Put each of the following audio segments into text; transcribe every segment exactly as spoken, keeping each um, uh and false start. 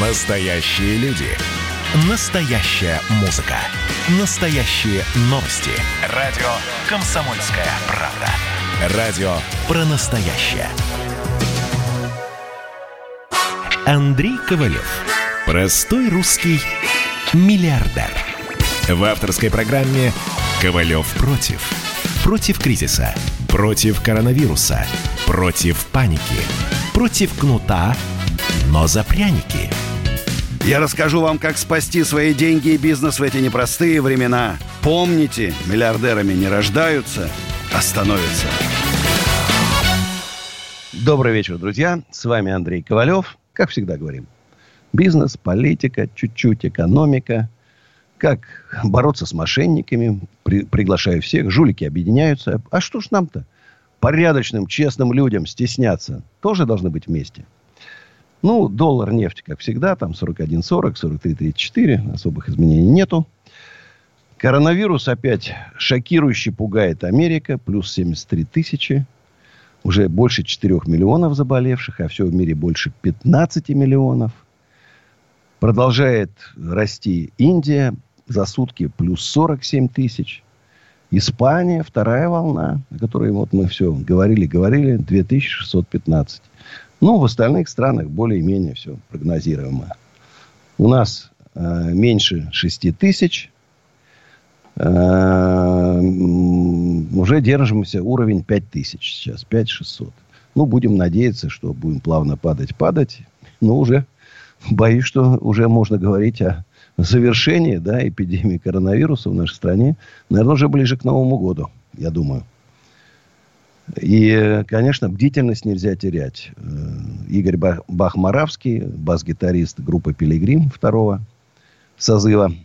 Настоящие люди. Настоящая музыка. Настоящие новости. Радио «Комсомольская правда». Радио про настоящее. Андрей Ковалев. Простой русский миллиардер. В авторской программе «Ковалев против». Против кризиса. Против коронавируса. Против паники. Против кнута, но за пряники. Я расскажу вам, как спасти свои деньги и бизнес в эти непростые времена. Помните, миллиардерами не рождаются, а становятся. Добрый вечер, друзья. С вами Андрей Ковалев. Как всегда говорим, бизнес, политика, чуть-чуть экономика. Как бороться с мошенниками. При, приглашаю всех. Жулики объединяются. А что ж нам-то? Порядочным, честным людям стесняться. Тоже должны быть вместе. Ну, доллар, нефть, как всегда, там сорок один сорок, сорок три тридцать четыре. Особых изменений нету. Коронавирус опять шокирующе пугает Америка. Плюс семьдесят три тысячи. Уже больше четырёх миллионов заболевших. А все в мире больше пятнадцати миллионов. Продолжает расти Индия. За сутки плюс сорок семь тысяч. Испания, вторая волна, о которой вот мы все говорили-говорили. две тысячи шестьсот пятнадцать. Ну, в остальных странах более-менее все прогнозируемо. У нас э, меньше шести тысяч. Э, уже держимся уровень пять тысяч сейчас. пять тысяч шестьсот. Ну, будем надеяться, что будем плавно падать-падать. Но уже боюсь, что уже можно говорить о завершении, да, эпидемии коронавируса в нашей стране. Наверное, уже ближе к Новому году, я думаю. И, конечно, бдительность нельзя терять. Игорь Бахмаравский, бас-гитарист группы «Пилигрим» второго созыва,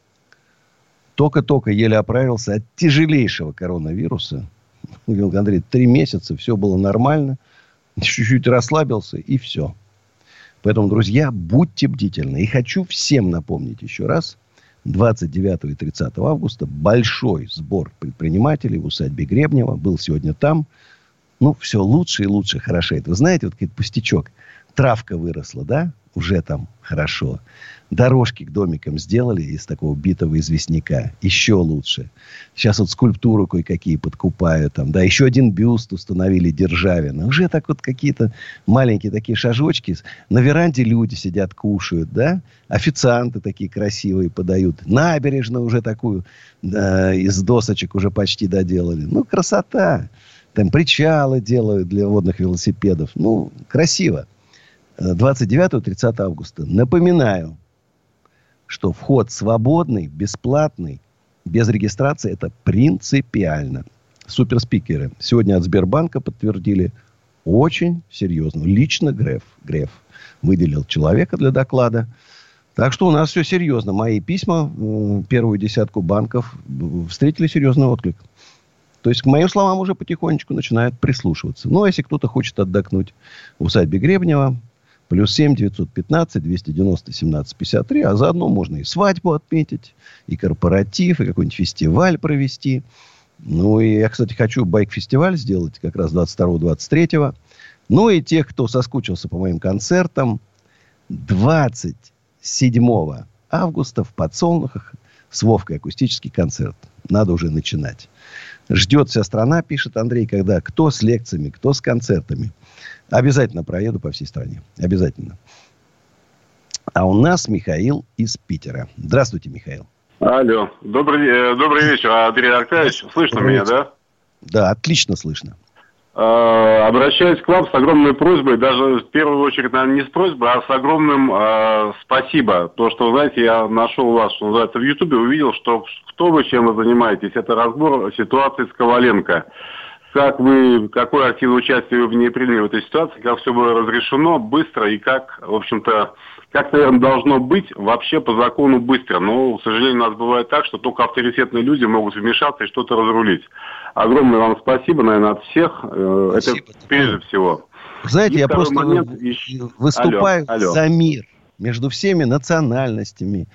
только-только еле оправился от тяжелейшего коронавируса. Говорил: Андрей, три месяца, все было нормально. Чуть-чуть расслабился, и все. Поэтому, друзья, будьте бдительны. И хочу всем напомнить еще раз. двадцать девятого и тридцатого августа большой сбор предпринимателей в усадьбе Гребнева. Был сегодня там. Ну, все лучше и лучше хорошеет. Вы знаете, вот какой-то пустячок. Травка выросла, да? Уже там хорошо. Дорожки к домикам сделали из такого битого известняка. Еще лучше. Сейчас вот скульптуру кое-какие подкупают. Там, да, еще один бюст установили Державина. Уже так вот какие-то маленькие такие шажочки. На веранде люди сидят, кушают, да? Официанты такие красивые подают. Набережную уже такую да, из досочек уже почти доделали. Ну, красота. Там причалы делают для водных велосипедов. Ну, красиво. двадцать девятого и тридцатого августа. Напоминаю, что вход свободный, бесплатный, без регистрации. Это принципиально. Суперспикеры сегодня от Сбербанка подтвердили очень серьезно. Лично Греф, Греф выделил человека для доклада. Так что у нас все серьезно. Мои письма, первую десятку банков, встретили серьезный отклик. То есть, к моим словам, уже потихонечку начинают прислушиваться. Ну, а если кто-то хочет отдохнуть в усадьбе Гребнева, плюс семь девятьсот пятнадцать двести девяносто семнадцать пятьдесят три. А заодно можно и свадьбу отметить, и корпоратив, и какой-нибудь фестиваль провести. Ну, и я, кстати, хочу байк-фестиваль сделать как раз двадцать второго двадцать третьего. Ну, и тех, кто соскучился по моим концертам, двадцать седьмого августа в Подсолнухах с Вовкой акустический концерт. Надо уже начинать. Ждет вся страна, пишет Андрей, когда кто с лекциями, кто с концертами. Обязательно проеду по всей стране. Обязательно. А у нас Михаил из Питера. Здравствуйте, Михаил. Алло. Добрый, добрый вечер, Андрей Аркадьевич. Слышно добрый меня, вечер. Да? Да, отлично слышно. Э, обращаюсь к вам с огромной просьбой, даже в первую очередь, наверное, не с просьбой, а с огромным э, спасибо. То, что, знаете, я нашел вас, что называется, в Ютубе, увидел, что кто вы, чем вы занимаетесь. Это разбор ситуации с Коваленко. Как вы, какое активное участие вы в ней приняли в этой ситуации, как все было разрешено быстро и как, в общем-то, как, наверное, должно быть вообще по закону быстро. Но, к сожалению, у нас бывает так, что только авторитетные люди могут вмешаться и что-то разрулить. Огромное вам спасибо, наверное, от всех. Спасибо. Это прежде всего. Знаете, и я просто момент... выступаю алло, алло. за мир между всеми национальностями,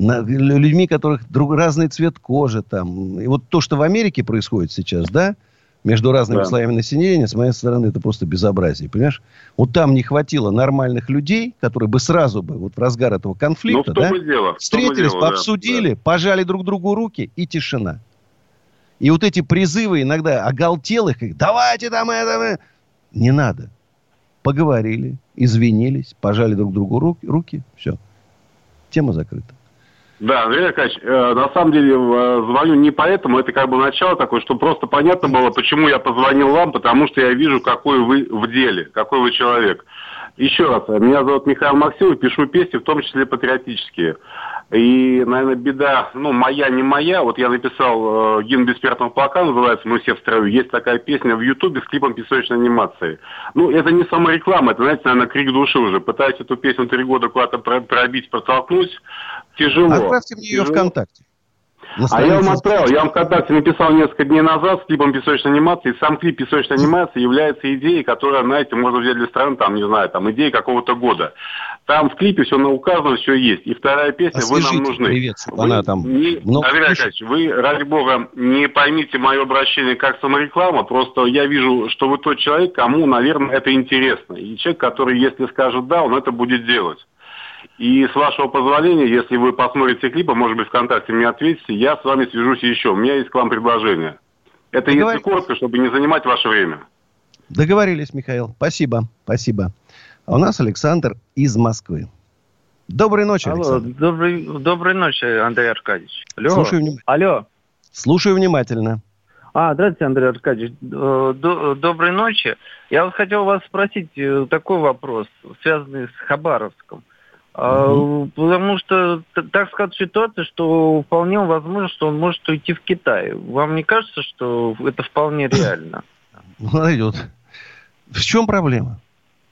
людьми, которых друг, разный цвет кожи там. И вот то, что в Америке происходит сейчас, да, между разными Да. слоями населения, с моей стороны, это просто безобразие, понимаешь? Вот там не хватило нормальных людей, которые бы сразу бы, вот в разгар этого конфликта, Ну, в том да, и дело, в том и встретились, дело, да, обсудили, пожали друг другу руки, и тишина. И вот эти призывы иногда оголтелых, как, давайте там это, мы». Не надо. Поговорили, извинились, пожали друг другу руки, руки, все. Тема закрыта. Да, Андрей Аркадьевич, э, на самом деле э, звоню не поэтому, это как бы начало такое, что просто понятно было, почему я позвонил вам, потому что я вижу, какой вы в деле, какой вы человек. Еще раз, меня зовут Михаил Максимов, пишу песни, в том числе патриотические. И, наверное, беда, ну, моя, не моя, вот я написал э, гимн бессмертного полка, называется «Мы все в строю». Есть такая песня в Ютубе с клипом песочной анимации. Ну, это не самореклама, это, знаете, наверное, крик души уже. Пытаюсь эту песню три года куда-то пробить, протолкнуть. Тяжело. Отправьте мне ее Тяжело. ВКонтакте. На А я вам странице отправил, я вам ВКонтакте написал несколько дней назад с клипом песочной анимации. Сам клип песочной анимации является идеей, которая, знаете, можно взять для страны, там, не знаю, там, идеи какого-то года. Там в клипе все указано, все есть. И вторая песня «Вы нам нужны». Привет, чтобы вы она там не, много Андрей пишет. Аркадьевич, вы, ради бога, не поймите мое обращение как самореклама, просто я вижу, что вы тот человек, кому, наверное, это интересно. И человек, который, если скажет «да», он это будет делать. И с вашего позволения, если вы посмотрите клипы, может быть, ВКонтакте мне ответите, я с вами свяжусь еще. У меня есть к вам предложение. Это если коротко, чтобы не занимать ваше время. Договорились, Михаил. Спасибо, спасибо. А у нас Александр из Москвы. Доброй ночи, Алло, Александр. добрый, доброй ночи, Андрей Аркадьевич. Алло. Слушаю внимательно. Алло. Слушаю внимательно. А, здравствуйте, Андрей Аркадьевич. Д- доброй ночи. Я вот хотел вас спросить э, такой вопрос, связанный с Хабаровском. А, потому что т- так сказать ситуация, что вполне возможно, что он может уйти в Китай. Вам не кажется, что это вполне реально? Смотрите, вот в чем проблема?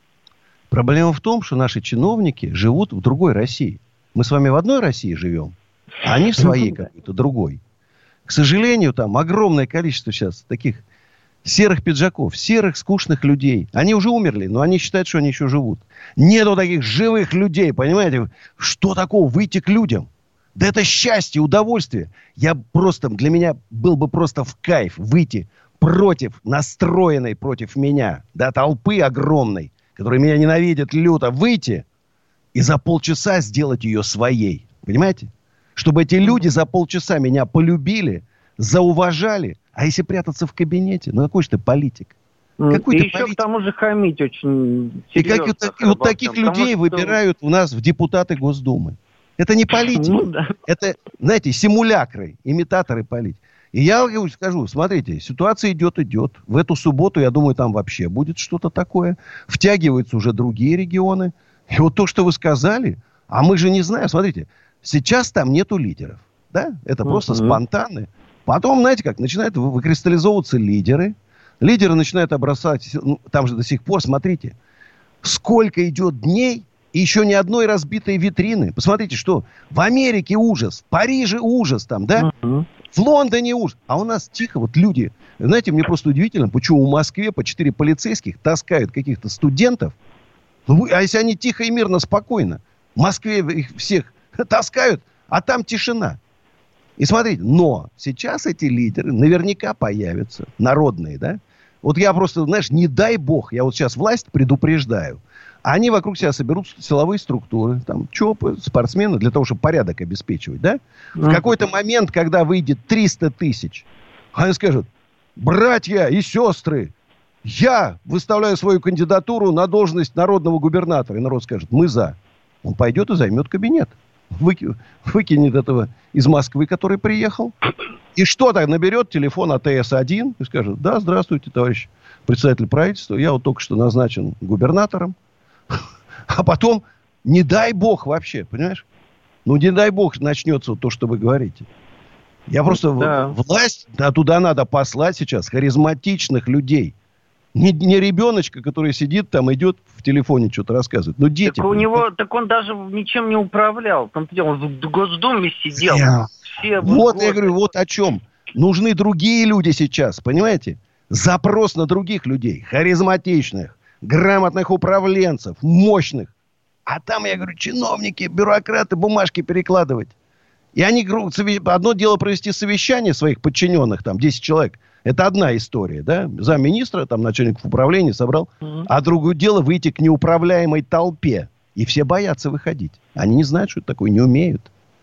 Проблема в том, что наши чиновники живут в другой России. Мы с вами в одной России живем, а они в своей какой-то другой. К сожалению, там огромное количество сейчас таких серых пиджаков, серых скучных людей. Они уже умерли, но они считают, что они еще живут. Нету таких живых людей, понимаете? Что такого выйти к людям? Да это счастье, удовольствие. Я просто, для меня был бы просто в кайф выйти против, настроенной против меня, да, толпы огромной, которые меня ненавидят люто, выйти и за полчаса сделать ее своей. Понимаете? Чтобы эти люди за полчаса меня полюбили, зауважали. А если прятаться в кабинете? Ну, какой же ты политик? Какой и ты еще политик? к тому же хамить очень И, серьезно. как, и, вот таких людей что... выбирают у нас в депутаты Госдумы. Это не политики. Ну, да. Это, знаете, симулякры, имитаторы политики. И я скажу, смотрите, ситуация идет, идет. В эту субботу, я думаю, там вообще будет что-то такое. Втягиваются уже другие регионы. И вот то, что вы сказали, а мы же не знаем. Смотрите, сейчас там нету лидеров. Да? Это uh-huh. просто спонтанно. Потом, знаете как, начинают выкристаллизовываться лидеры. Лидеры начинают обрастать, ну, там же до сих пор, смотрите, сколько идет дней, и еще ни одной разбитой витрины. Посмотрите, что в Америке ужас, в Париже ужас там, да? Uh-huh. В Лондоне ужас. А у нас тихо, вот люди, знаете, мне просто удивительно, почему в Москве по четыре полицейских таскают каких-то студентов. Ну, а если они тихо и мирно, спокойно, в Москве их всех таскают, а там тишина. И смотрите, но сейчас эти лидеры наверняка появятся, народные, да? Вот я просто, знаешь, не дай бог, я вот сейчас власть предупреждаю. Они вокруг себя соберут силовые структуры, там, ЧОПы, спортсмены, для того, чтобы порядок обеспечивать, да? В какой-то момент, когда выйдет триста тысяч, они скажут, братья и сестры, я выставляю свою кандидатуру на должность народного губернатора. И народ скажет, мы за. Он пойдет и займет кабинет. Выки... Выкинет этого из Москвы, который приехал. И что так наберет телефон А Тэ Эс один и скажет, да, здравствуйте, товарищ председатель правительства, я вот только что назначен губернатором. А потом, не дай бог вообще, понимаешь? Ну, не дай бог начнется то, что вы говорите. Я просто... Да. Власть, да, туда надо послать сейчас харизматичных людей. Не, не ребеночка, который сидит там, идет в телефоне что-то рассказывает. Ну, дети. Так у него, так он даже ничем не управлял. Он в Госдуме сидел. Yeah. Все вот, годы. я говорю, вот о чем. Нужны другие люди сейчас, понимаете? Запрос на других людей. Харизматичных, грамотных управленцев, мощных. А там, я говорю, чиновники, бюрократы, бумажки перекладывать. И они, одно дело провести совещание своих подчиненных, там, десять человек, Это одна история, да? Замминистра, там, начальник управления собрал. Mm-hmm. А другое дело выйти к неуправляемой толпе. И все боятся выходить. Они не знают, что это такое, не умеют.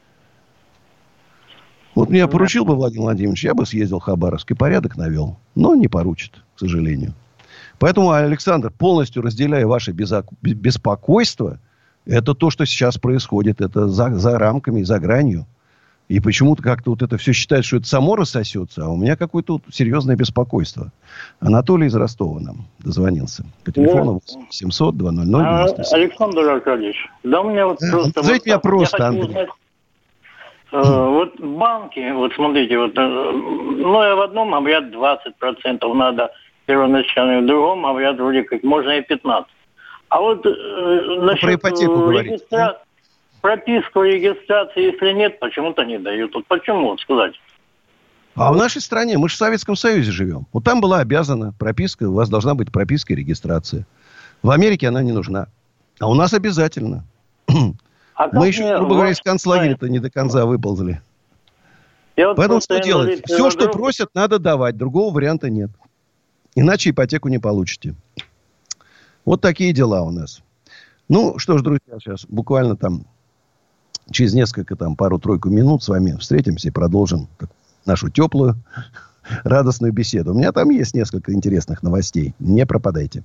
Вот меня поручил бы Владимир Владимирович, я бы съездил в Хабаровск и порядок навел. Но не поручит, к сожалению. Поэтому, Александр, полностью разделяю ваше беспокойство. Это то, что сейчас происходит. Это за, за рамками, за гранью. И почему-то как-то вот это все считает, что это само рассосется. А у меня какое-то серьезное беспокойство. Анатолий из Ростова нам дозвонился. По телефону восемь семьсот два ноль ноль девяносто семь. Александр Аркадьевич, да у меня вот да, просто... Назовите вот, меня просто, Андрей. Узнать, э, вот банки, вот смотрите, вот, э, ну, я в одном говорят двадцать процентов надо первоначально, в другом говорят вроде как можно и пятнадцать. А вот э, насчет про ипотеку регистра... прописку регистрации, если нет, почему-то не дают. Вот почему, вот сказать? А в нашей стране, мы же в Советском Союзе живем. Вот там была обязана прописка, у вас должна быть прописка и регистрация. В Америке она не нужна. А у нас обязательно. А мы еще, грубо говоря, из концлагеря-то не до конца выползли. Вот поэтому что делать? Все, что друг... просят, надо давать. Другого варианта нет. Иначе ипотеку не получите. Вот такие дела у нас. Ну, что ж, друзья, сейчас буквально там через несколько, там, пару-тройку минут с вами встретимся и продолжим нашу теплую, радостную беседу. У меня там есть несколько интересных новостей. Не пропадайте.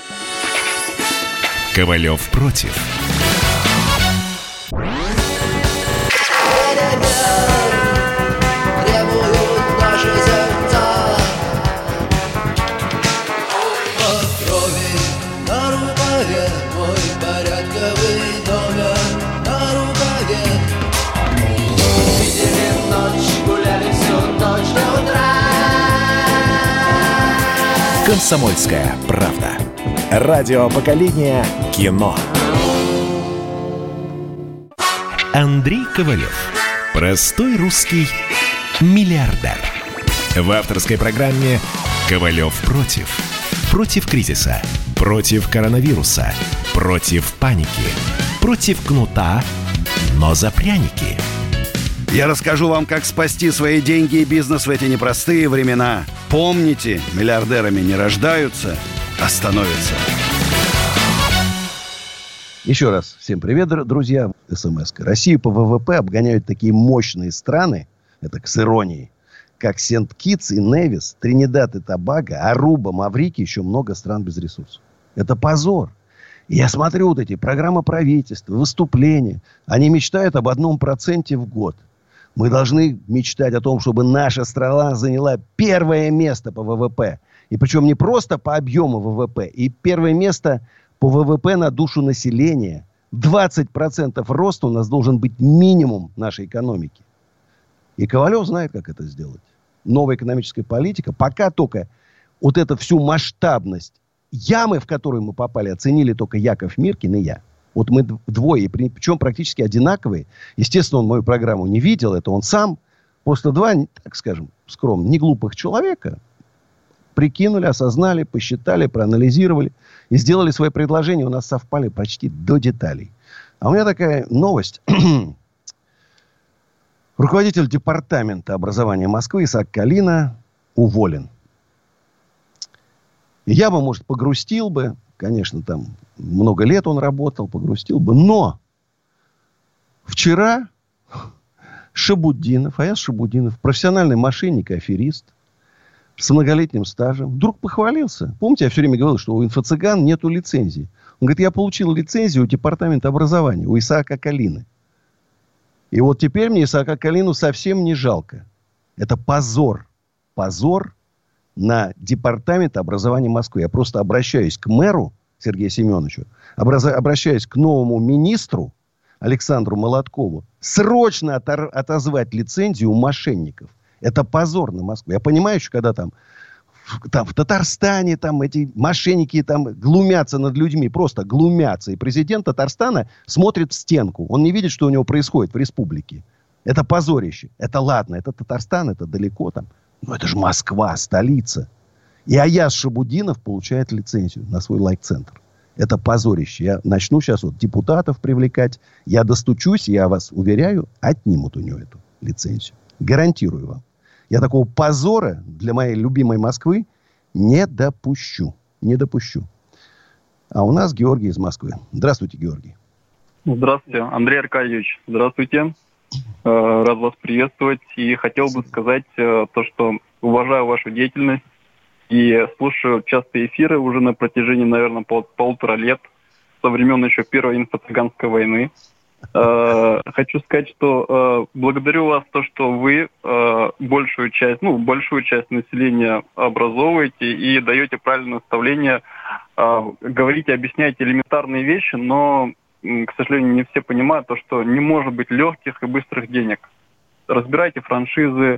Ковалев против. «Комсомольская правда». Радио поколения кино. Андрей Ковалев. Простой русский миллиардер. В авторской программе «Ковалев против». Против кризиса. Против коронавируса. Против паники. Против кнута, но за пряники. Я расскажу вам, как спасти свои деньги и бизнес в эти непростые времена. Помните, миллиардерами не рождаются, а становятся. Еще раз всем привет, друзья. СМС. Россию по ВВП обгоняют такие мощные страны, это с иронией, как Сент-Китс и Невис, Тринидад и Тобаго, Аруба, Маврикий, еще много стран без ресурсов. Это позор. И я смотрю вот эти программы правительства, выступления. Они мечтают об одном проценте в год. Мы должны мечтать о том, чтобы наша страна заняла первое место по ВВП. И причем не просто по объему ВВП. И первое место по ВВП на душу населения. двадцать процентов роста у нас должен быть минимум нашей экономики. И Ковалев знает, как это сделать. Новая экономическая политика. Пока только вот эту всю масштабность ямы, в которую мы попали, оценили только Яков Миркин и я. Вот мы двое, причем практически одинаковые. Естественно, он мою программу не видел, это он сам. Просто два, так скажем, скромно, не глупых человека прикинули, осознали, посчитали, проанализировали и сделали свои предложения. У нас совпали почти до деталей. А у меня такая новость. Руководитель департамента образования Москвы Исаак Калина уволен. Я бы, может, погрустил бы. Конечно, там много лет он работал, погрустил бы. Но вчера Шабудинов, Аяз Шабудинов, профессиональный мошенник и аферист с многолетним стажем, вдруг похвалился. Помните, я все время говорил, что у инфо-цыган нету лицензии. Он говорит, я получил лицензию у департамента образования, у Исаака Калины. И вот теперь мне Исаака Калину совсем не жалко. Это позор. Позор на департамент образования Москвы. Я просто обращаюсь к мэру Сергею Семеновичу, образ... обращаюсь к новому министру Александру Молоткову. Срочно отор... отозвать лицензию у мошенников. Это позор на Москву. Я понимаю, что когда там, там в Татарстане там эти мошенники там глумятся над людьми, просто глумятся. И президент Татарстана смотрит в стенку. Он не видит, что у него происходит в республике. Это позорище. Это ладно, это Татарстан, это далеко там. Но это же Москва, столица. И Аяз Шабудинов получает лицензию на свой лайк-центр. Это позорище. Я начну сейчас вот депутатов привлекать. Я достучусь, я вас уверяю, отнимут у него эту лицензию. Гарантирую вам. Я такого позора для моей любимой Москвы не допущу. Не допущу. А у нас Георгий из Москвы. Здравствуйте, Георгий. Здравствуйте, Андрей Аркадьевич. Здравствуйте. Рад вас приветствовать. И хотел бы сказать то, что уважаю вашу деятельность и слушаю часто эфиры уже на протяжении, наверное, пол- полутора лет, со времен еще Первой инфо-цыганской войны. Хочу сказать, что благодарю вас то, что вы большую часть, ну, большую часть населения образовываете и даете правильное наставление, говорите, объясняете элементарные вещи, но, к сожалению, не все понимают то, что не может быть легких и быстрых денег. Разбирайте франшизы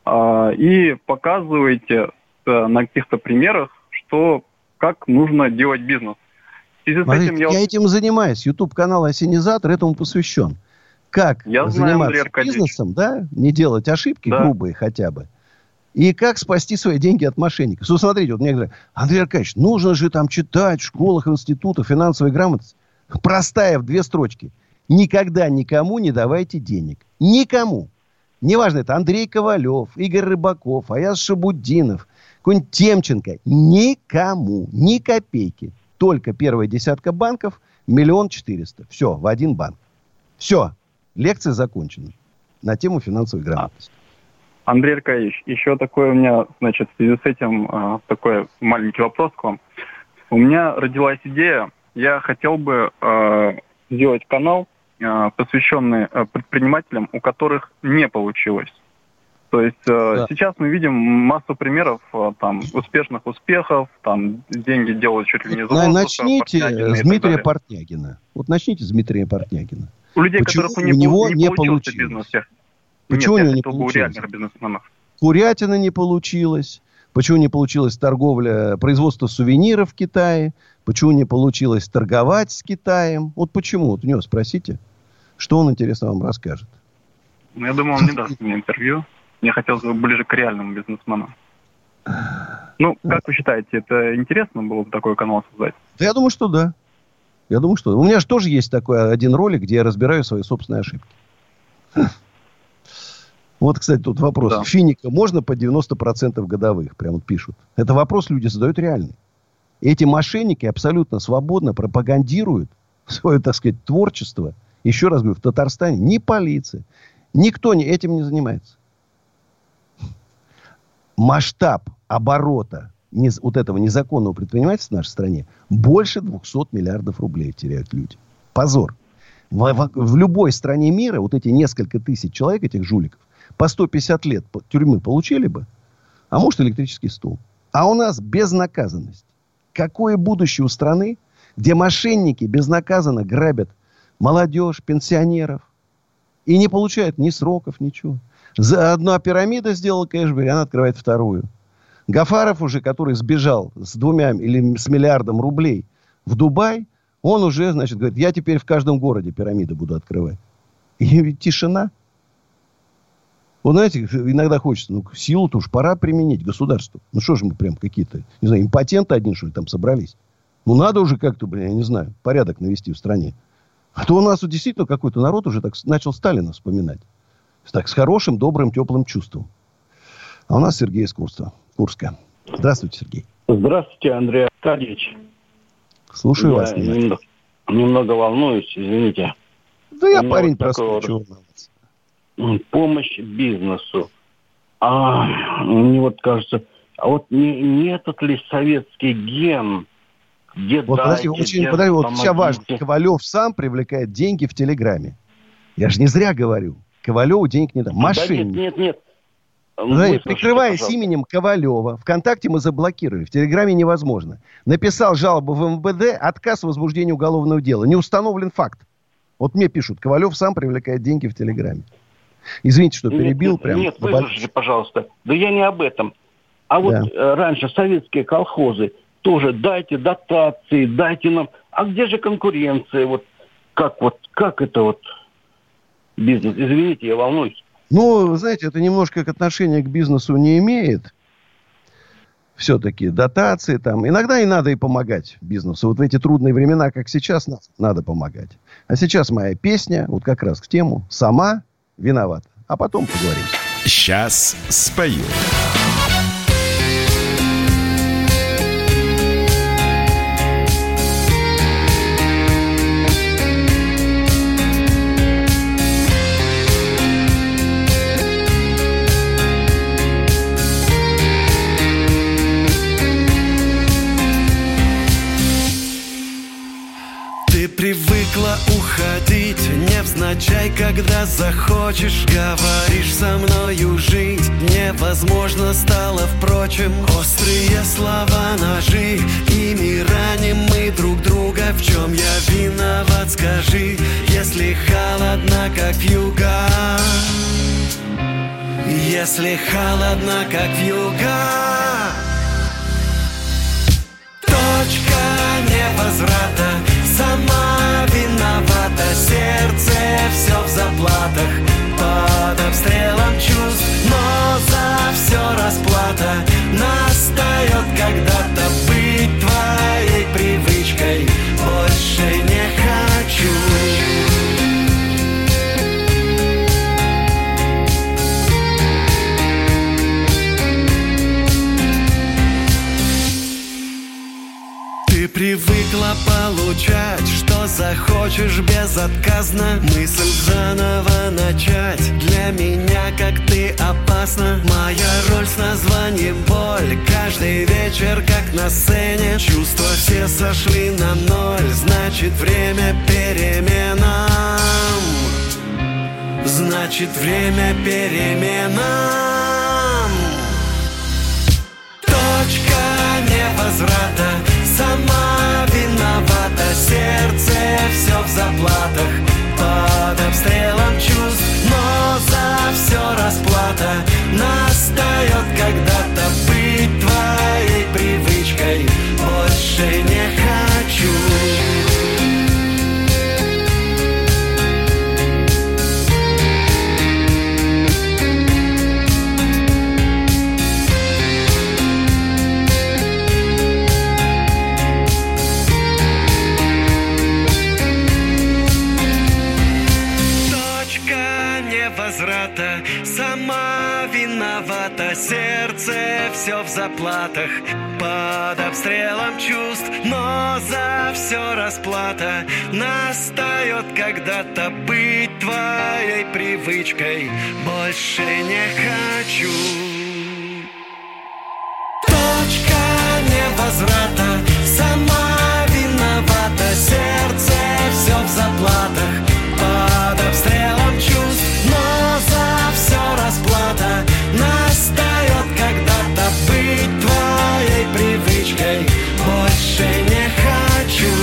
и показывайте на каких-то примерах, что, как нужно делать бизнес. Смотрите, я... я этим занимаюсь. YouTube-канал «Осенизатор» этому посвящен. Как я заниматься знаю, бизнесом, да, не делать ошибки, да. грубые хотя бы, и как спасти свои деньги от мошенников. So, смотрите, вот мне говорят: Андрей Аркадьевич, нужно же там читать в школах, институтах финансовой грамотности. Простая в две строчки. Никогда никому не давайте денег. Никому. Неважно, это Андрей Ковалев, Игорь Рыбаков, Аяз Шабуддинов, какой-нибудь Темченко. Никому. Ни копейки. Только первая десятка банков, миллион четыреста. Все, в один банк. Все, лекция закончена на тему финансовой грамотности. Андрей Аркадьевич, еще такой у меня, значит, в связи с этим э, такой маленький вопрос к вам. У меня родилась идея, я хотел бы э, сделать канал, э, посвященный э, предпринимателям, у которых не получилось. То есть э, да. сейчас мы видим массу примеров э, там успешных успехов, там деньги делают чуть ли не за воздуха. Начните с Дмитрия Портнягина. Вот начните с Дмитрия Портнягина. У людей, Почему которых у не, него не, не получился получилось? Бизнес. Почему Нет, у него не получилось? Курятина не получилось. Почему не получилась торговля, производство сувениров в Китае? Почему не получилось торговать с Китаем? Вот почему? Вот у него спросите, что он, интересно, вам расскажет. Ну, я думаю, он не даст мне интервью. Мне хотелось бы ближе к реальному бизнесмену. Ну, как вы считаете, это интересно было бы такой канал создать? Да я думаю, что да. Я думаю, что... У меня же тоже есть такой один ролик, где я разбираю свои собственные ошибки. Вот, кстати, тут вопрос. Да. Финика можно по девяносто процентов годовых? Прям вот пишут. Это вопрос люди задают реальный. Эти мошенники абсолютно свободно пропагандируют свое, так сказать, творчество. Еще раз говорю, в Татарстане ни полиция, никто не, этим не занимается. Масштаб оборота не, вот этого незаконного предпринимательства в нашей стране больше двести миллиардов рублей теряют люди. Позор. В, в, в любой стране мира вот эти несколько тысяч человек, этих жуликов, по сто пятьдесят лет тюрьмы получили бы, а может электрический стул. А у нас безнаказанность. Какое будущее у страны, где мошенники безнаказанно грабят молодежь, пенсионеров и не получают ни сроков, ничего. За одна пирамида сделала кэшбэк, она открывает вторую. Гафаров уже, который сбежал с двумя или с миллиардом рублей в Дубай, он уже, значит, говорит, я теперь в каждом городе пирамиды буду открывать. И тишина. Вот знаете, иногда хочется, ну, силу-то уж пора применить государству. Ну, что же мы прям какие-то, не знаю, импотенты одни, что ли, там собрались. Ну, надо уже как-то, блин, я не знаю, порядок навести в стране. А то у нас вот действительно какой-то народ уже так начал Сталина вспоминать. Так, с хорошим, добрым, теплым чувством. А у нас Сергей из Курска. Курска. Здравствуйте, Сергей. Здравствуйте, Андрей Аркадьевич. Слушаю я вас. Немного, немного волнуюсь, извините. Да я парень простой, вот чего волноваться. Помощь бизнесу. А мне вот кажется, а вот не, не этот ли советский ген, где вот, дайте, подожди, очень, где подожди, вот сейчас важно. Ковалев сам привлекает деньги в Телеграме. Я же не зря говорю. Ковалеву денег не дам. Мошенник. Да нет, нет, нет. Знаете, прикрываясь пожалуйста. Именем Ковалева, ВКонтакте мы заблокировали. В Телеграме невозможно. Написал жалобу в эм вэ дэ, отказ в возбуждении уголовного дела. Не установлен факт. Вот мне пишут, Ковалев сам привлекает деньги в Телеграме. Извините, что перебил. Нет, прям. нет выслушайте, пожалуйста. Да я не об этом. А вот да. раньше советские колхозы тоже дайте дотации, дайте нам. А где же конкуренция? Вот как вот, как это вот бизнес? Извините, я волнуюсь. Ну, знаете, это немножко к отношению к бизнесу не имеет. Все-таки дотации там. Иногда и надо и помогать бизнесу. Вот в эти трудные времена, как сейчас, надо помогать. А сейчас моя песня, вот как раз к тему «Сама виновата». А потом поговорим. Сейчас спою. Привыкла уходить невзначай, когда захочешь. Говоришь, со мною жить невозможно стало. Впрочем, острые слова ножи, ими раним мы друг друга. В чем я виноват, скажи, если холодно, как вьюга? Если холодно, как вьюга. Точка невозврата, сама виновата, сердце все в заплатах, под обстрелом чувств, но за все расплата. Настает когда-то быть твоей привычкой, больше не хочу. Ты привыкла получать, что захочешь безотказно. Мысль заново начать для меня, как ты, опасна. Моя роль с названием боль, каждый вечер, как на сцене. Чувства все сошли на ноль, значит время переменам. Значит время переменам. Точка невозврата, сама виновата, сердце все в заплатах, под обстрелом чувств, но за все расплата. Настает когда-то быть твоей привычкой, больше не хочу. Возврата, сама виновата, сердце все в заплатах, под обстрелом чувств, но за все расплата. Настает когда-то быть твоей привычкой, больше не хочу. Точка невозврата, сама виновата, сердце все в заплатах, под обстрелом чувств, но за все расплата. Настает когда-то быть твоей привычкой, больше не хочу.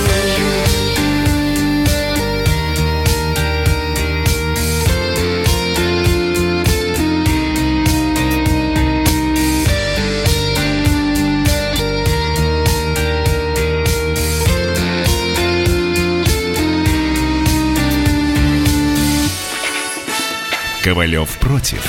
Ковалев против.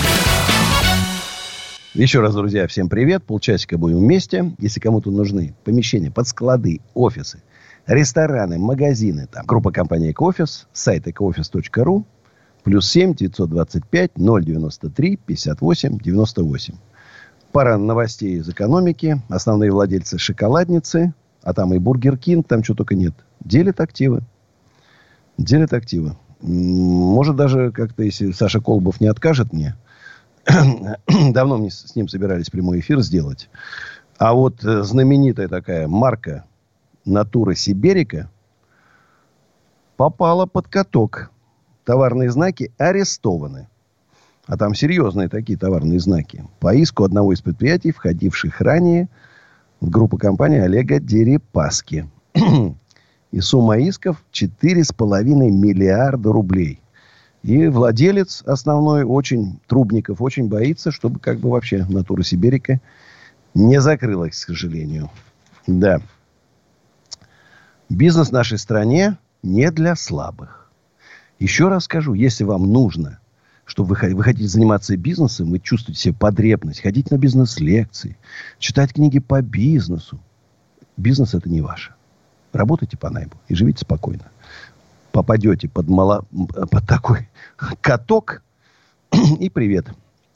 Еще раз, друзья, всем привет. Полчасика будем вместе. Если кому-то нужны помещения под склады, офисы, рестораны, магазины, там, группа компании «Экоофис», сайт экоофис точка ру, плюс семь девятьсот двадцать пять ноль девяносто три пятьдесят восемь девяносто восемь. Пара новостей из экономики. Основные владельцы шоколадницы, а там и Бургер Кинг, там что только нет, делят активы. Делят активы. Может, даже как-то, если Саша Колобов не откажет мне, давно мне с ним собирались прямой эфир сделать. А вот знаменитая такая марка «Натура Сиберика» попала под каток. Товарные знаки арестованы. А там серьезные такие товарные знаки. По иску одного из предприятий, входивших ранее в группу компании Олега Дерипаски. И сумма исков четыре с половиной миллиарда рублей. И владелец основной, очень Трубников, очень боится, чтобы как бы вообще «Натура Сиберика» не закрылась, к сожалению. Да. Бизнес в нашей стране не для слабых. Еще раз скажу, если вам нужно, чтобы вы, вы хотите заниматься бизнесом, вы чувствуете себе потребность ходить на бизнес-лекции, читать книги по бизнесу. Бизнес – это не ваше. Работайте по найму и живите спокойно. Попадете под, мало, под такой каток, и привет.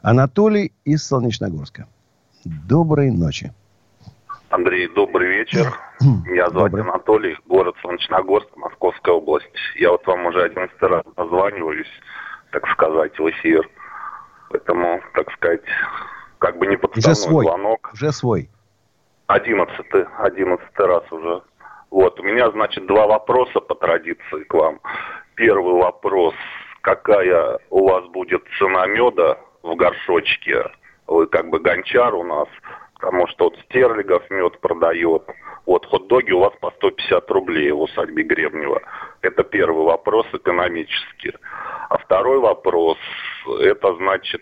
Анатолий из Солнечногорска. Доброй ночи. Андрей, добрый вечер. Меня зовут добрый. Анатолий, город Солнечногорск, Московская область. Я вот вам уже одиннадцатый раз позваниваюсь, так сказать, в эфир. Поэтому, так сказать, как бы не подставной уже свой. звонок. Уже свой. Одиннадцатый, одиннадцатый раз уже. Вот, у меня, значит, два вопроса по традиции к вам. Первый вопрос. Какая у вас будет цена меда в горшочке? Вы как бы гончар у нас, потому что вот Стерлигов мед продает. Вот хот-доги у вас по сто пятьдесят рублей в усадьбе Гребнева. Это первый вопрос экономический. А второй вопрос, это значит,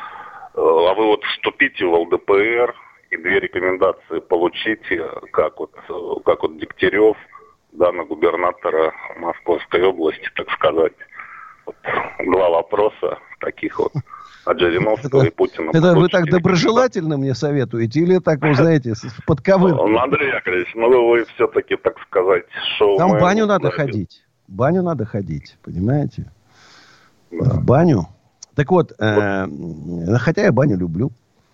а вы вот вступите в ЛДПР и две рекомендации получите, как вот, как вот Дегтярев, да, на губернатора Московской области, так сказать. Вот два вопроса таких вот. От Жириновского и Путина. Это вы так доброжелательно мне советуете? Или так, вы знаете, под ковыркой? Ну, Андрей Яковлевич, ну вы все-таки, так сказать, шоумен. Там в баню надо ходить. В баню надо ходить, понимаете? Да. В баню. Так вот, э, хотя я баню люблю.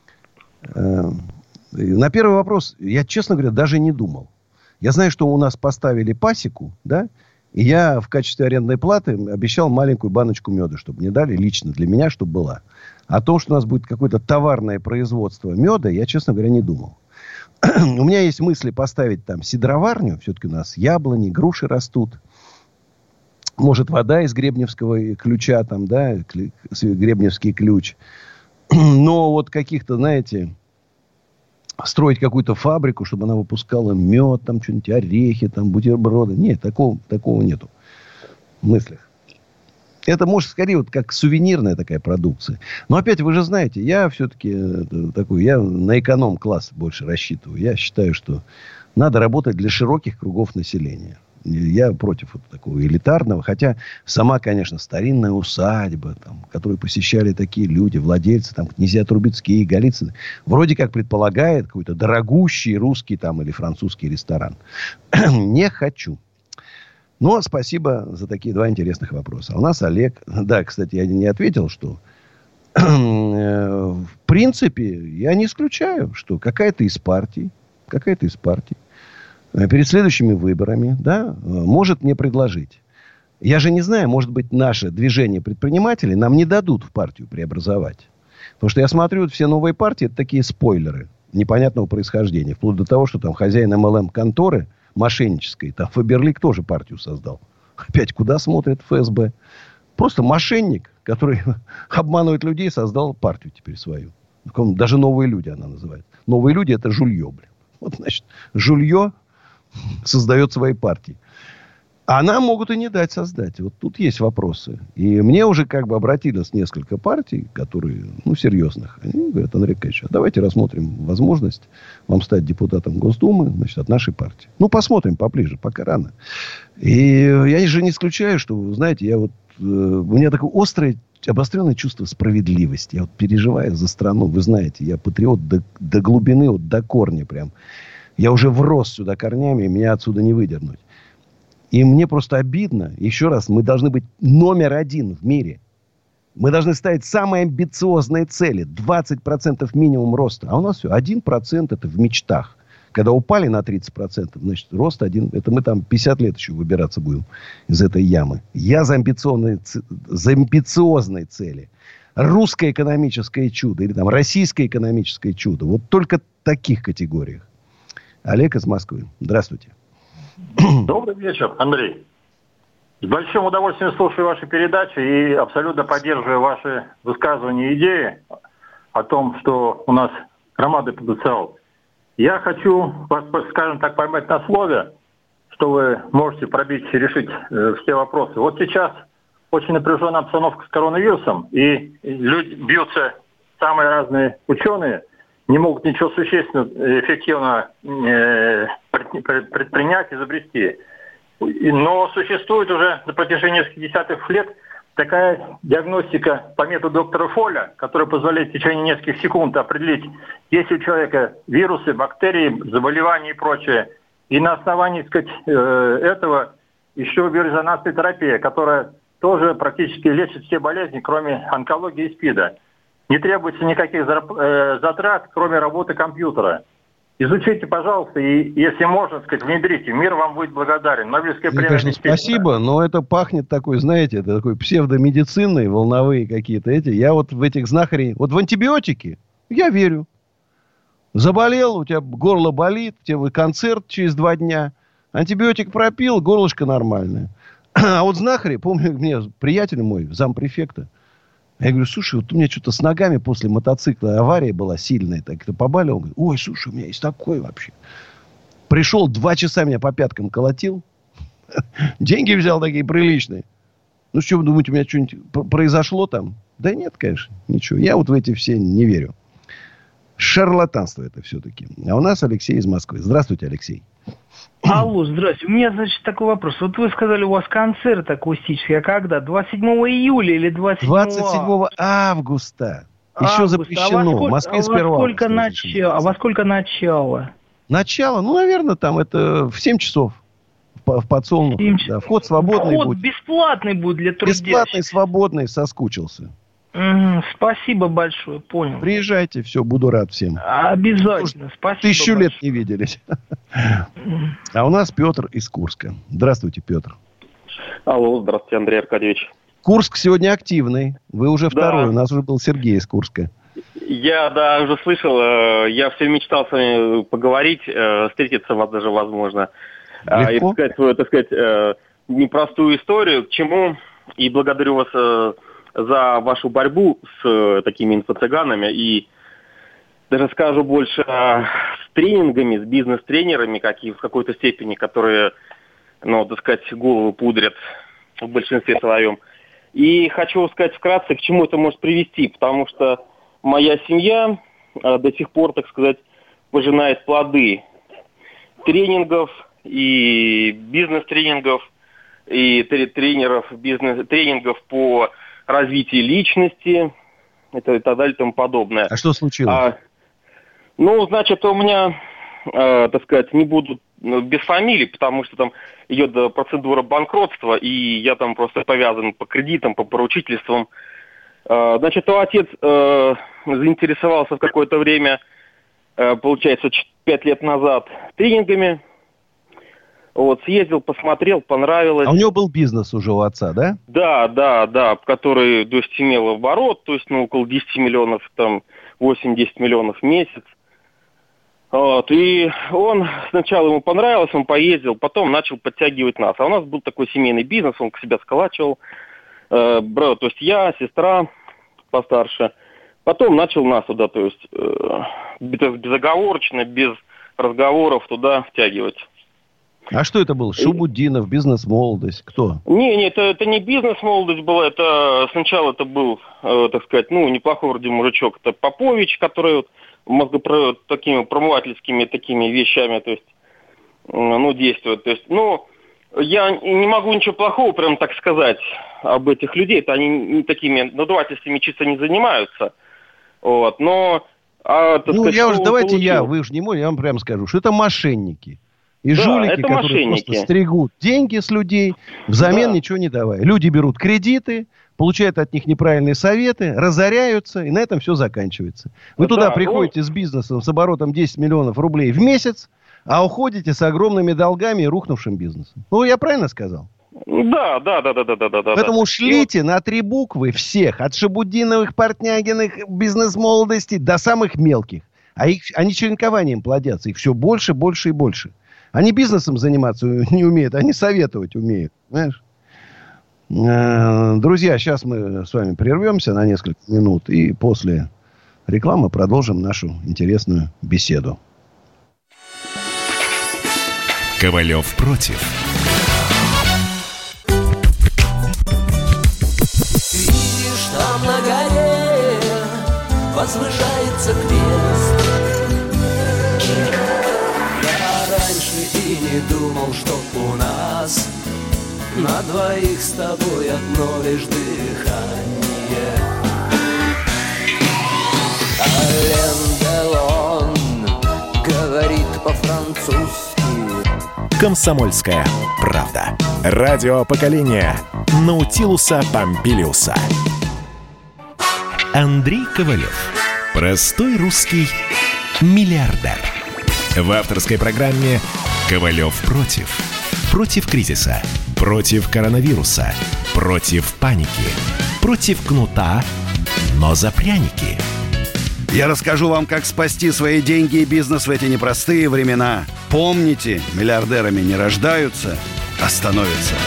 Э, на первый вопрос я, честно говоря, даже не думал. Я знаю, что у нас поставили пасеку, да? И я в качестве арендной платы обещал маленькую баночку меда, чтобы мне дали лично для меня, чтобы была. О том, что у нас будет какое-то товарное производство меда, я, честно говоря, не думал. У меня есть мысли поставить там сидроварню. Все-таки у нас яблони, груши растут. Может, вода из Гребневского ключа, там, да, Гребневский ключ. Но вот каких-то, знаете, строить какую-то фабрику, чтобы она выпускала мед, там что-нибудь, орехи, там, бутерброды. Нет, такого, такого нету в мыслях. Это, может, скорее вот как сувенирная такая продукция. Но опять, вы же знаете, я все-таки такой, я на эконом-класс больше рассчитываю. Я считаю, что надо работать для широких кругов населения. Я против вот такого элитарного. Хотя сама, конечно, старинная усадьба, там, которую посещали такие люди, владельцы, там, князья Трубецкие, Голицыны, вроде как предполагает какой-то дорогущий русский там, или французский ресторан. Не хочу. Но спасибо за такие два интересных вопроса. А у нас Олег... Да, кстати, я не ответил, что в принципе я не исключаю, что какая-то из партий, какая-то из партий перед следующими выборами, да, может мне предложить. Я же не знаю, может быть, наше движение предпринимателей нам не дадут в партию преобразовать. Потому что я смотрю, вот все новые партии, это такие спойлеры непонятного происхождения. Вплоть до того, что там хозяин эм эл эм-конторы мошеннической, там Фаберлик тоже партию создал. Опять куда смотрит эф эс бэ? Просто мошенник, который обманывает людей, создал партию теперь свою. Даже «Новые люди» она называется. «Новые люди» — это жулье, блин. Вот, значит, жулье создает свои партии. А нам могут и не дать создать. Вот тут есть вопросы. И мне уже как бы обратились несколько партий, которые, ну, серьезных. Они говорят: Андрей Аркадьевич, а давайте рассмотрим возможность вам стать депутатом Госдумы, значит, от нашей партии. Ну, посмотрим поближе, пока рано. И я же не исключаю, что, знаете, я вот, э, у меня такое острое, обостренное чувство справедливости. Я вот переживаю за страну. Вы знаете, я патриот до, до глубины, вот до корня прям. Я уже врос сюда корнями, и меня отсюда не выдернуть. И мне просто обидно. Еще раз, мы должны быть номер один в мире. Мы должны ставить самые амбициозные цели. двадцать процентов минимум роста. А у нас все, один процент это в мечтах. Когда упали на тридцать процентов, значит, рост один. Это мы там пятьдесят лет еще выбираться будем из этой ямы. Я за амбициозные, за амбициозные цели. Русское экономическое чудо. Или там российское экономическое чудо. Вот только в таких категориях. Олег из Москвы. Здравствуйте. Добрый вечер, Андрей. С большим удовольствием слушаю ваши передачи и абсолютно поддерживаю ваши высказывания и идеи о том, что у нас громадный потенциал. Я хочу вас, скажем так, поймать на слове, что вы можете пробить и решить э, все вопросы. Вот сейчас очень напряженная обстановка с коронавирусом, и люди бьются, самые разные ученые, не могут ничего существенно, эффективно э, предпринять, изобрести. Но существует уже на протяжении нескольких десятков лет такая диагностика по методу доктора Фоля, которая позволяет в течение нескольких секунд определить, есть у человека вирусы, бактерии, заболевания и прочее. И на основании, так сказать, этого еще биорезонансная терапия, которая тоже практически лечит все болезни, кроме онкологии и СПИДа. не требуется никаких затрат, кроме работы компьютера. Изучите, пожалуйста, и, если можно, так сказать, внедрите. Мир вам будет благодарен. Нобелевская премия. Конечно, спасибо, но это пахнет такой, знаете, это такой псевдомедицинной, волновые какие-то эти. Я вот в этих знахарей, вот в антибиотики я верю. Заболел, у тебя горло болит, у тебя концерт через два дня. Антибиотик пропил, горлышко нормальное. А вот знахари, помню, мне приятель мой, зампрефекта, я говорю, слушай, вот у меня что-то с ногами после мотоцикла авария была сильная, так-то побаливал. Он говорит, ой, слушай, у меня есть такое вообще. Пришел, два часа меня по пяткам колотил. Деньги взял такие приличные. Ну, что вы думаете, у меня что-нибудь произошло там? Да нет, конечно, ничего. Я вот в эти все не верю. Шарлатанство это все-таки. А у нас Алексей из Москвы. Здравствуйте, Алексей. Алло, здрасте. У меня, значит, такой вопрос. Вот вы сказали, у вас концерт акустический. А когда? двадцать седьмого июля или двадцать седьмого? двадцать седьмого августа. Еще Август. запрещено. А в Москве с а первого сколько начало? А во сколько начало? Начало? Ну, наверное, там это в семь часов. В, в подсолнуху. Да. Вход свободный Вход будет. бесплатный будет для трудящих. Бесплатный, свободный, соскучился. Угу, спасибо большое, понял. Приезжайте, все, буду рад всем. Обязательно, спасибо. Тысячу большое. лет не виделись. А у нас Петр из Курска. Здравствуйте, Петр. Алло, здравствуйте, Андрей Аркадьевич. Курск сегодня активный. Вы уже Да. второй. У нас уже был Сергей из Курска. Я, да, уже слышал, э, я все мечтал с вами поговорить, э, встретиться вас даже возможно. А, и сказать свою, так сказать, э, непростую историю, к чему, и благодарю вас э, за вашу борьбу с э, такими инфо-цыганами, и даже скажу больше, э, с тренингами, с бизнес-тренерами, какие, в какой-то степени, которые, ну, так сказать, голову пудрят в большинстве своем. И хочу сказать вкратце, к чему это может привести, потому что моя семья э, до сих пор, так сказать, пожинает плоды тренингов и бизнес-тренингов, и тренеров, бизнес-тренингов по развитию личности, это, и так далее, и тому подобное. А что случилось? А, ну, значит, у меня, э, так сказать, не буду ну, без фамилий, потому что там идет процедура банкротства, и я там просто повязан по кредитам, по поручительствам. Э, значит, то отец э, заинтересовался в какое-то время, э, получается, пять лет назад тренингами. Вот, съездил, посмотрел, понравилось. А у него был бизнес уже у отца, да? Да, да, да, который, то есть, имел оборот, то есть, ну, около десять миллионов, там, восемь-десять миллионов в месяц. Вот, и он, сначала ему понравилось, он поездил, потом начал подтягивать нас. А у нас был такой семейный бизнес, он к себе сколачивал, э, брат, то есть я, сестра постарше. Потом начал нас туда, то есть, э, безоговорочно, без разговоров туда втягивать. А что это был? Шубудинов, бизнес-молодость? Кто? Не, не, это, это не бизнес-молодость была, это сначала это был, э, так сказать, ну, неплохой вроде мужичок, это Попович, который вот мозгопро... такими промывательскими такими вещами, то есть, э, ну, действует. То есть, ну, я не могу ничего плохого прям так сказать об этих людей, это они не такими надувательствами чисто не занимаются, вот, но... А, так ну, сказать, я уж, давайте получил? я, вы уж не можете, я вам прямо скажу, что это мошенники. И да, жулики, которые мошенники. Просто стригут деньги с людей, взамен да. ничего не давая. Люди берут кредиты, получают от них неправильные советы, разоряются, и на этом все заканчивается. Вы да, туда приходите ну... с бизнесом с оборотом десять миллионов рублей в месяц, а уходите с огромными долгами и рухнувшим бизнесом. Ну, я правильно сказал? Да, да, да, да, да, да, да. Поэтому да. шлите на три буквы всех, от Шабудиновых, Портнягиных, бизнес-молодости до самых мелких. А их, они черенкованием плодятся, их все больше, больше и больше. Они бизнесом заниматься не умеют, они советовать умеют. Знаешь? Друзья, сейчас мы с вами прервемся на несколько минут. И после рекламы продолжим нашу интересную беседу. Ковалев против. Видишь, там на горе возвышается крест. И не думал, что у нас на двоих с тобой одно лишь дыхание. Ален Делон говорит по-французски. Комсомольская правда. Радио поколения Наутилуса Помпилиуса. Андрей Ковалев. Простой русский миллиардер. В авторской программе «Ковалев против». Против кризиса, против коронавируса, против паники, против кнута, но за пряники. Я расскажу вам, как спасти свои деньги и бизнес в эти непростые времена. Помните, миллиардерами не рождаются, а становятся.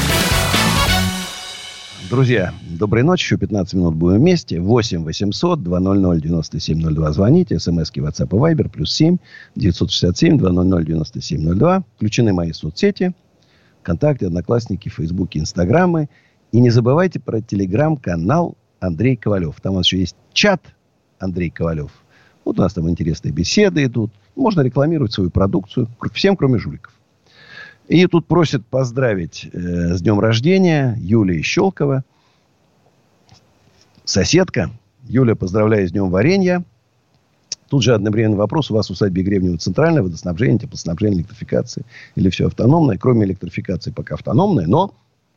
Друзья, доброй ночи. Еще пятнадцать минут будем вместе. восемь восемьсот два ноль ноль девяносто семь ноль два. Звоните. СМСки, WhatsApp и Viber. Плюс семь девятьсот шестьдесят семь два ноль ноль девяносто семь ноль два. Включены мои соцсети. ВКонтакте, Одноклассники, Фейсбуке, Инстаграмы. И не забывайте про Телеграм-канал Андрей Ковалев. Там у нас еще есть чат Андрей Ковалев. Вот у нас там интересные беседы идут. Можно рекламировать свою продукцию. Всем, кроме жуликов. И тут просят поздравить э, с днем рождения Юлия Щелкова. Соседка. Юля, поздравляю с днем варенья. Тут же одновременный вопрос. У вас в усадьбе Гребнево центральное водоснабжение, теплоснабжение, электрификация. Или все автономное? Кроме электрификации пока автономное. Но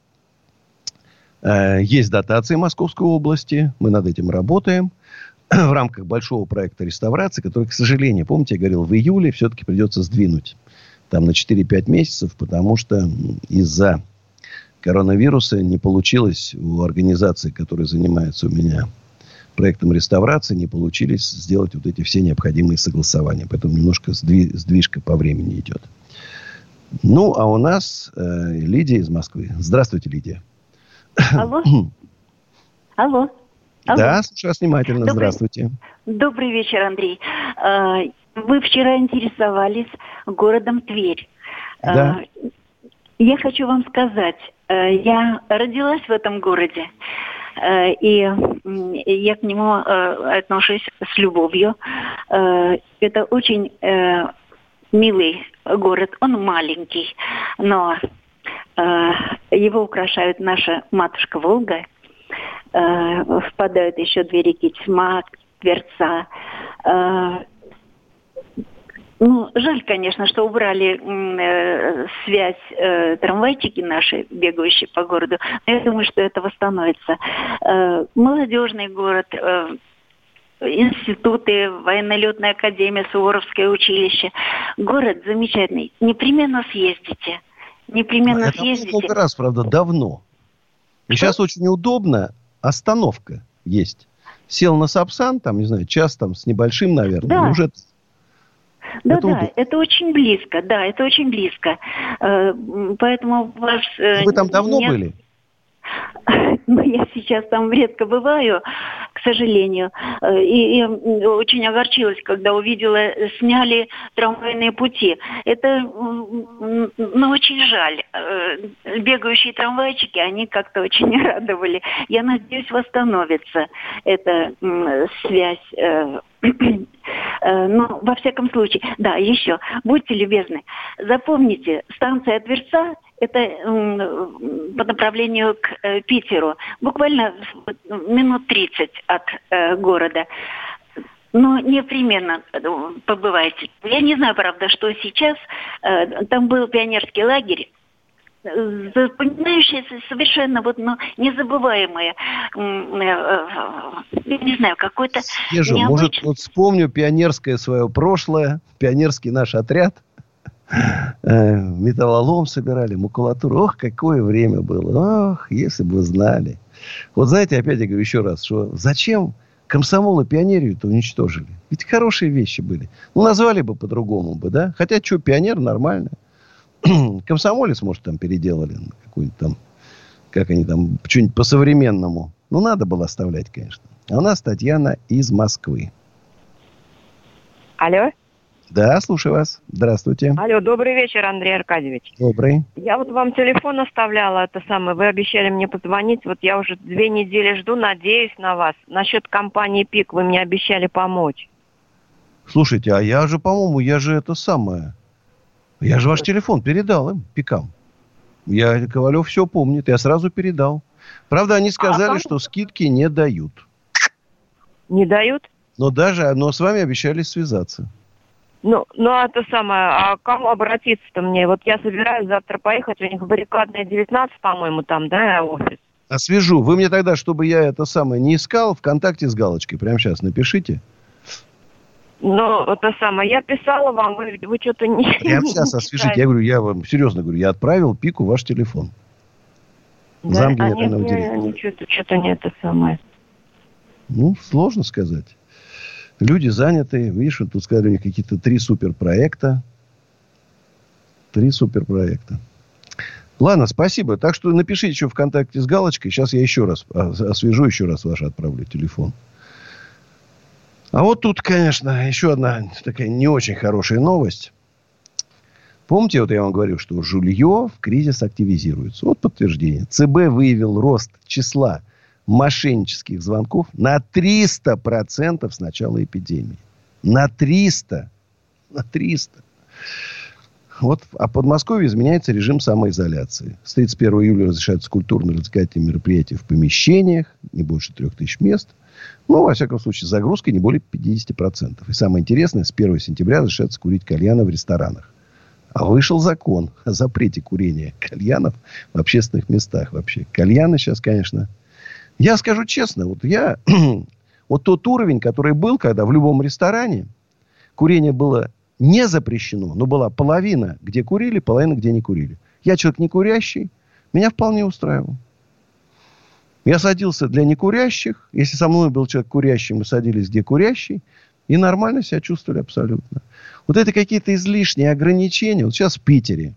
э, есть дотации Московской области. Мы над этим работаем. В рамках большого проекта реставрации, который, к сожалению, помните, я говорил, в июле все-таки придется сдвинуть. Там на четыре-пять месяцев, потому что из-за коронавируса не получилось у организации, которая занимается у меня проектом реставрации, не получились сделать вот эти все необходимые согласования. Поэтому немножко сдви- сдвижка по времени идет. Ну, а у нас э, Лидия из Москвы. Здравствуйте, Лидия. Алло. Алло. Алло. Да, слушаю вас внимательно. Добрый, Здравствуйте. Добрый вечер, Андрей. Вы вчера интересовались городом Тверь. Да. Я хочу вам сказать, я родилась в этом городе, и я к нему отношусь с любовью. Это очень милый город, он маленький, но его украшает наша матушка Волга. Впадают еще две реки Тьма, Тверца. Ну, жаль, конечно, что убрали э, связь, э, трамвайчики наши, бегающие по городу. Но я думаю, что это восстановится. Э, молодежный город, э, институты, военно-летная академия, Суворовское училище. Город замечательный. Непременно съездите. Непременно это съездите. Много раз, правда, давно. И сейчас очень удобно. Остановка есть. Сел на Сапсан, там, не знаю, час там с небольшим, наверное. Да. Уже... Да, это да, удобно. это очень близко, да, это очень близко. Поэтому ваш... Вы там давно не... были? Ну, я сейчас там редко бываю, к сожалению. И, и очень огорчилась, когда увидела, сняли трамвайные пути. Это, ну, очень жаль. Бегающие трамвайчики, они как-то очень радовали. Я надеюсь, восстановится эта связь. Ну, во всяком случае, да, еще, будьте любезны, запомните, станция Тверца – это по направлению к э, Питеру, буквально минут тридцать от э, города. Но непременно побывайте. Я не знаю, правда, что сейчас. Э, там был пионерский лагерь, запоминающееся совершенно вот, ну, незабываемое, я не знаю, какой-то Ежу, необычный... может, вот вспомню пионерское свое прошлое, пионерский наш отряд, металлолом собирали, макулатуру. Ох, какое время было. Ох, если бы вы знали. Вот знаете, опять я говорю еще раз, что зачем комсомол и пионерию-то уничтожили? Ведь хорошие вещи были. Ну, назвали бы по-другому бы, да? Хотя, что, пионер нормально. Комсомолец, может, там переделали какую-нибудь там, как они там, что-нибудь по-современному. Ну, надо было оставлять, конечно. А у нас Татьяна из Москвы. Алло. Да, слушаю вас. Здравствуйте. Алло, добрый вечер, Андрей Аркадьевич. Добрый. Я вот вам телефон оставляла, это самое, вы обещали мне позвонить. Вот я уже две недели жду, надеюсь на вас. Насчет компании ПИК вы мне обещали помочь. Слушайте, а я же, по-моему, я же это самое... Я же ваш телефон передал им, ПИКам. Я, Ковалев все помнит, я сразу передал. Правда, они сказали, а что скидки не дают. Не дают? Но даже, но с вами обещали связаться. Ну, ну, это самое, а к кому обратиться-то мне? Вот я собираюсь завтра поехать, у них баррикадная девятнадцать, по-моему, там, да, офис. Освежу. Вы мне тогда, чтобы я это самое не искал, ВКонтакте с галочкой. Прямо сейчас напишите. Ну, это самое, я писала вам, вы, вы что-то не... Прямо сейчас освежите. Я говорю, я вам серьезно говорю, я отправил Пику ваш телефон. Да? Зам А генерального нет, директора. не, что-то, что-то не это самое. Ну, сложно сказать. Люди заняты. Видишь, вот тут сказали, у них какие-то три суперпроекта. Три суперпроекта. Ладно, спасибо. Так что напишите еще ВКонтакте с галочкой. Сейчас я еще раз освежу, еще раз ваш отправлю телефон. А вот тут, конечно, еще одна такая не очень хорошая новость. Помните, вот я вам говорил, что жулье в кризис активизируется. Вот подтверждение. ЦБ выявил рост числа мошеннических звонков на триста процентов с начала эпидемии. На триста. На триста. Вот, а в Подмосковье изменяется режим самоизоляции. С тридцать первого июля разрешаются культурно-развлекательные мероприятия в помещениях. Не больше трех тысяч мест. Ну, во всяком случае, загрузка не более пятьдесят процентов. И самое интересное, с первого сентября разрешается курить кальяны в ресторанах. А вышел закон о запрете курения кальянов в общественных местах вообще. Кальяны сейчас, конечно... Я скажу честно, вот я... вот тот уровень, который был, когда в любом ресторане курение было не запрещено, но была половина, где курили, половина, где не курили. Я человек не курящий, меня вполне устраивал. Я садился для некурящих. Если со мной был человек курящий, мы садились где курящий. И нормально себя чувствовали абсолютно. Вот это какие-то излишние ограничения. Вот сейчас в Питере.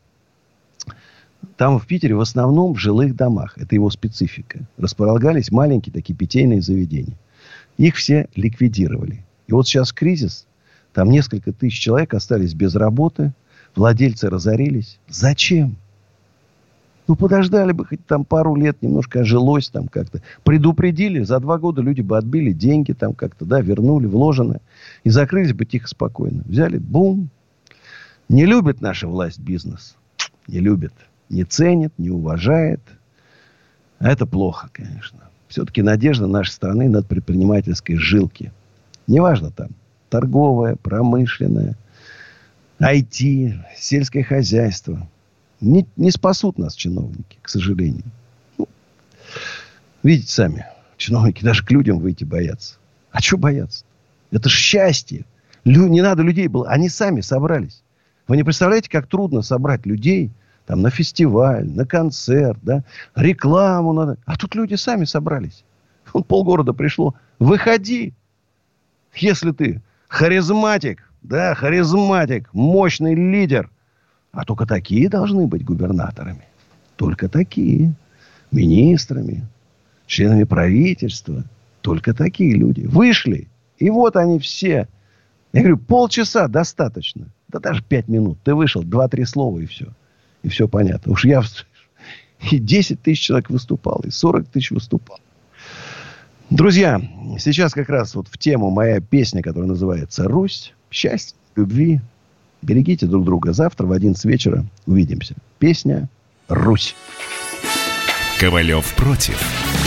Там в Питере в основном в жилых домах. Это его специфика. Располагались маленькие такие питейные заведения. Их все ликвидировали. И вот сейчас кризис. Там несколько тысяч человек остались без работы. Владельцы разорились. Зачем? Ну, подождали бы хоть там пару лет, немножко ожилось там как-то. Предупредили, за два года люди бы отбили деньги там как-то, да, вернули вложенное. И закрылись бы тихо, спокойно. Взяли, бум. Не любит наша власть бизнес. Не любит. Не ценит, не уважает. А это плохо, конечно. Все-таки надежда нашей страны над предпринимательской жилки. Неважно там, торговое, промышленное, ай ти, сельское хозяйство. Не, не спасут нас чиновники, к сожалению. Ну, видите сами, чиновники даже к людям выйти боятся. А что бояться? Это ж счастье. Лю, не надо людей было. Они сами собрались. Вы не представляете, как трудно собрать людей там, на фестиваль, на концерт, да? Рекламу надо. А тут люди сами собрались. Вот полгорода пришло. Выходи. Если ты харизматик, да, харизматик, мощный лидер. А только такие должны быть губернаторами. Только такие. Министрами, членами правительства. Только такие люди. Вышли. И вот они все. Я говорю, полчаса достаточно. Да даже пять минут. Ты вышел, два-три слова и все. И все понятно. Уж я... И десять тысяч человек выступал. И сорок тысяч выступал. Друзья, сейчас как раз вот в тему моя песня, которая называется «Русь». Счастье, любви. Берегите друг друга. Завтра в одиннадцать вечера увидимся. Песня «Русь». Ковалев против.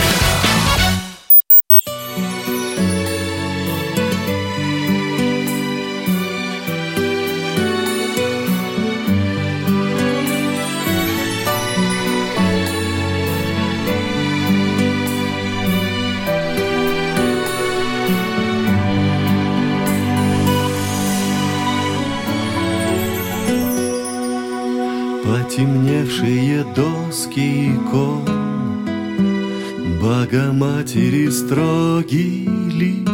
Потемневшие доски икон, Богоматери строгий лик,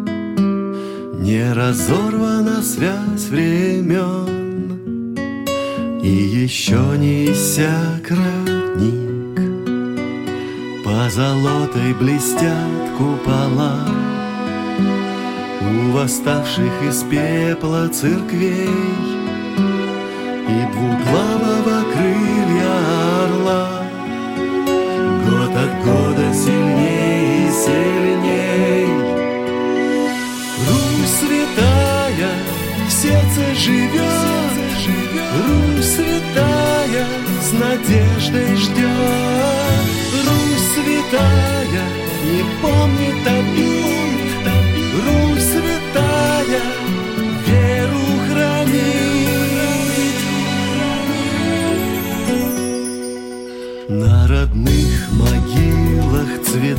Не разорвана связь времен, И еще не иссяк родник. Позолотой блестят купола У восставших из пепла церквей, И двуглавого крылья орла Год от года сильней и сильней. Русь святая в сердце живет, Русь святая с надеждой ждет. Русь святая не помнит обид, Русь святая веру хранит.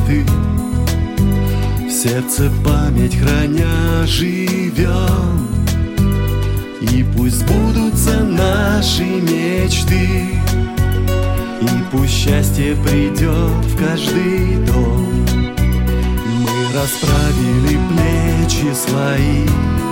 мечты, в сердце память храня живем. И пусть сбудутся наши мечты, и пусть счастье придет в каждый дом. Мы расправили плечи свои,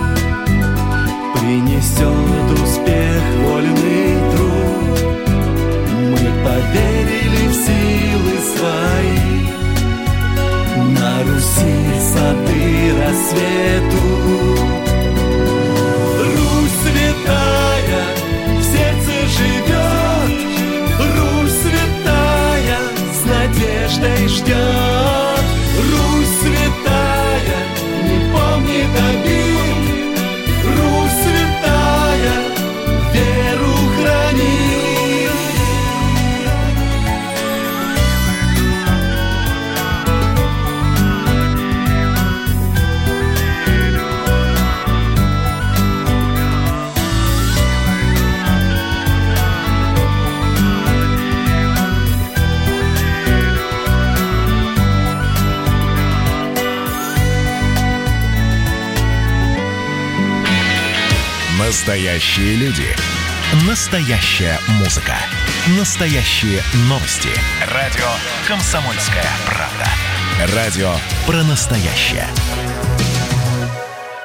принесет успех вольный труд. Мы поверили в силы свои, на Руси сады рассвету. Русь святая в сердце живет, Русь святая с надеждой ждет. Русь святая не помнит обид, Русь святая веру хранит. Настоящие люди. Настоящая музыка. Настоящие новости. Радио «Комсомольская правда». Радио про настоящее.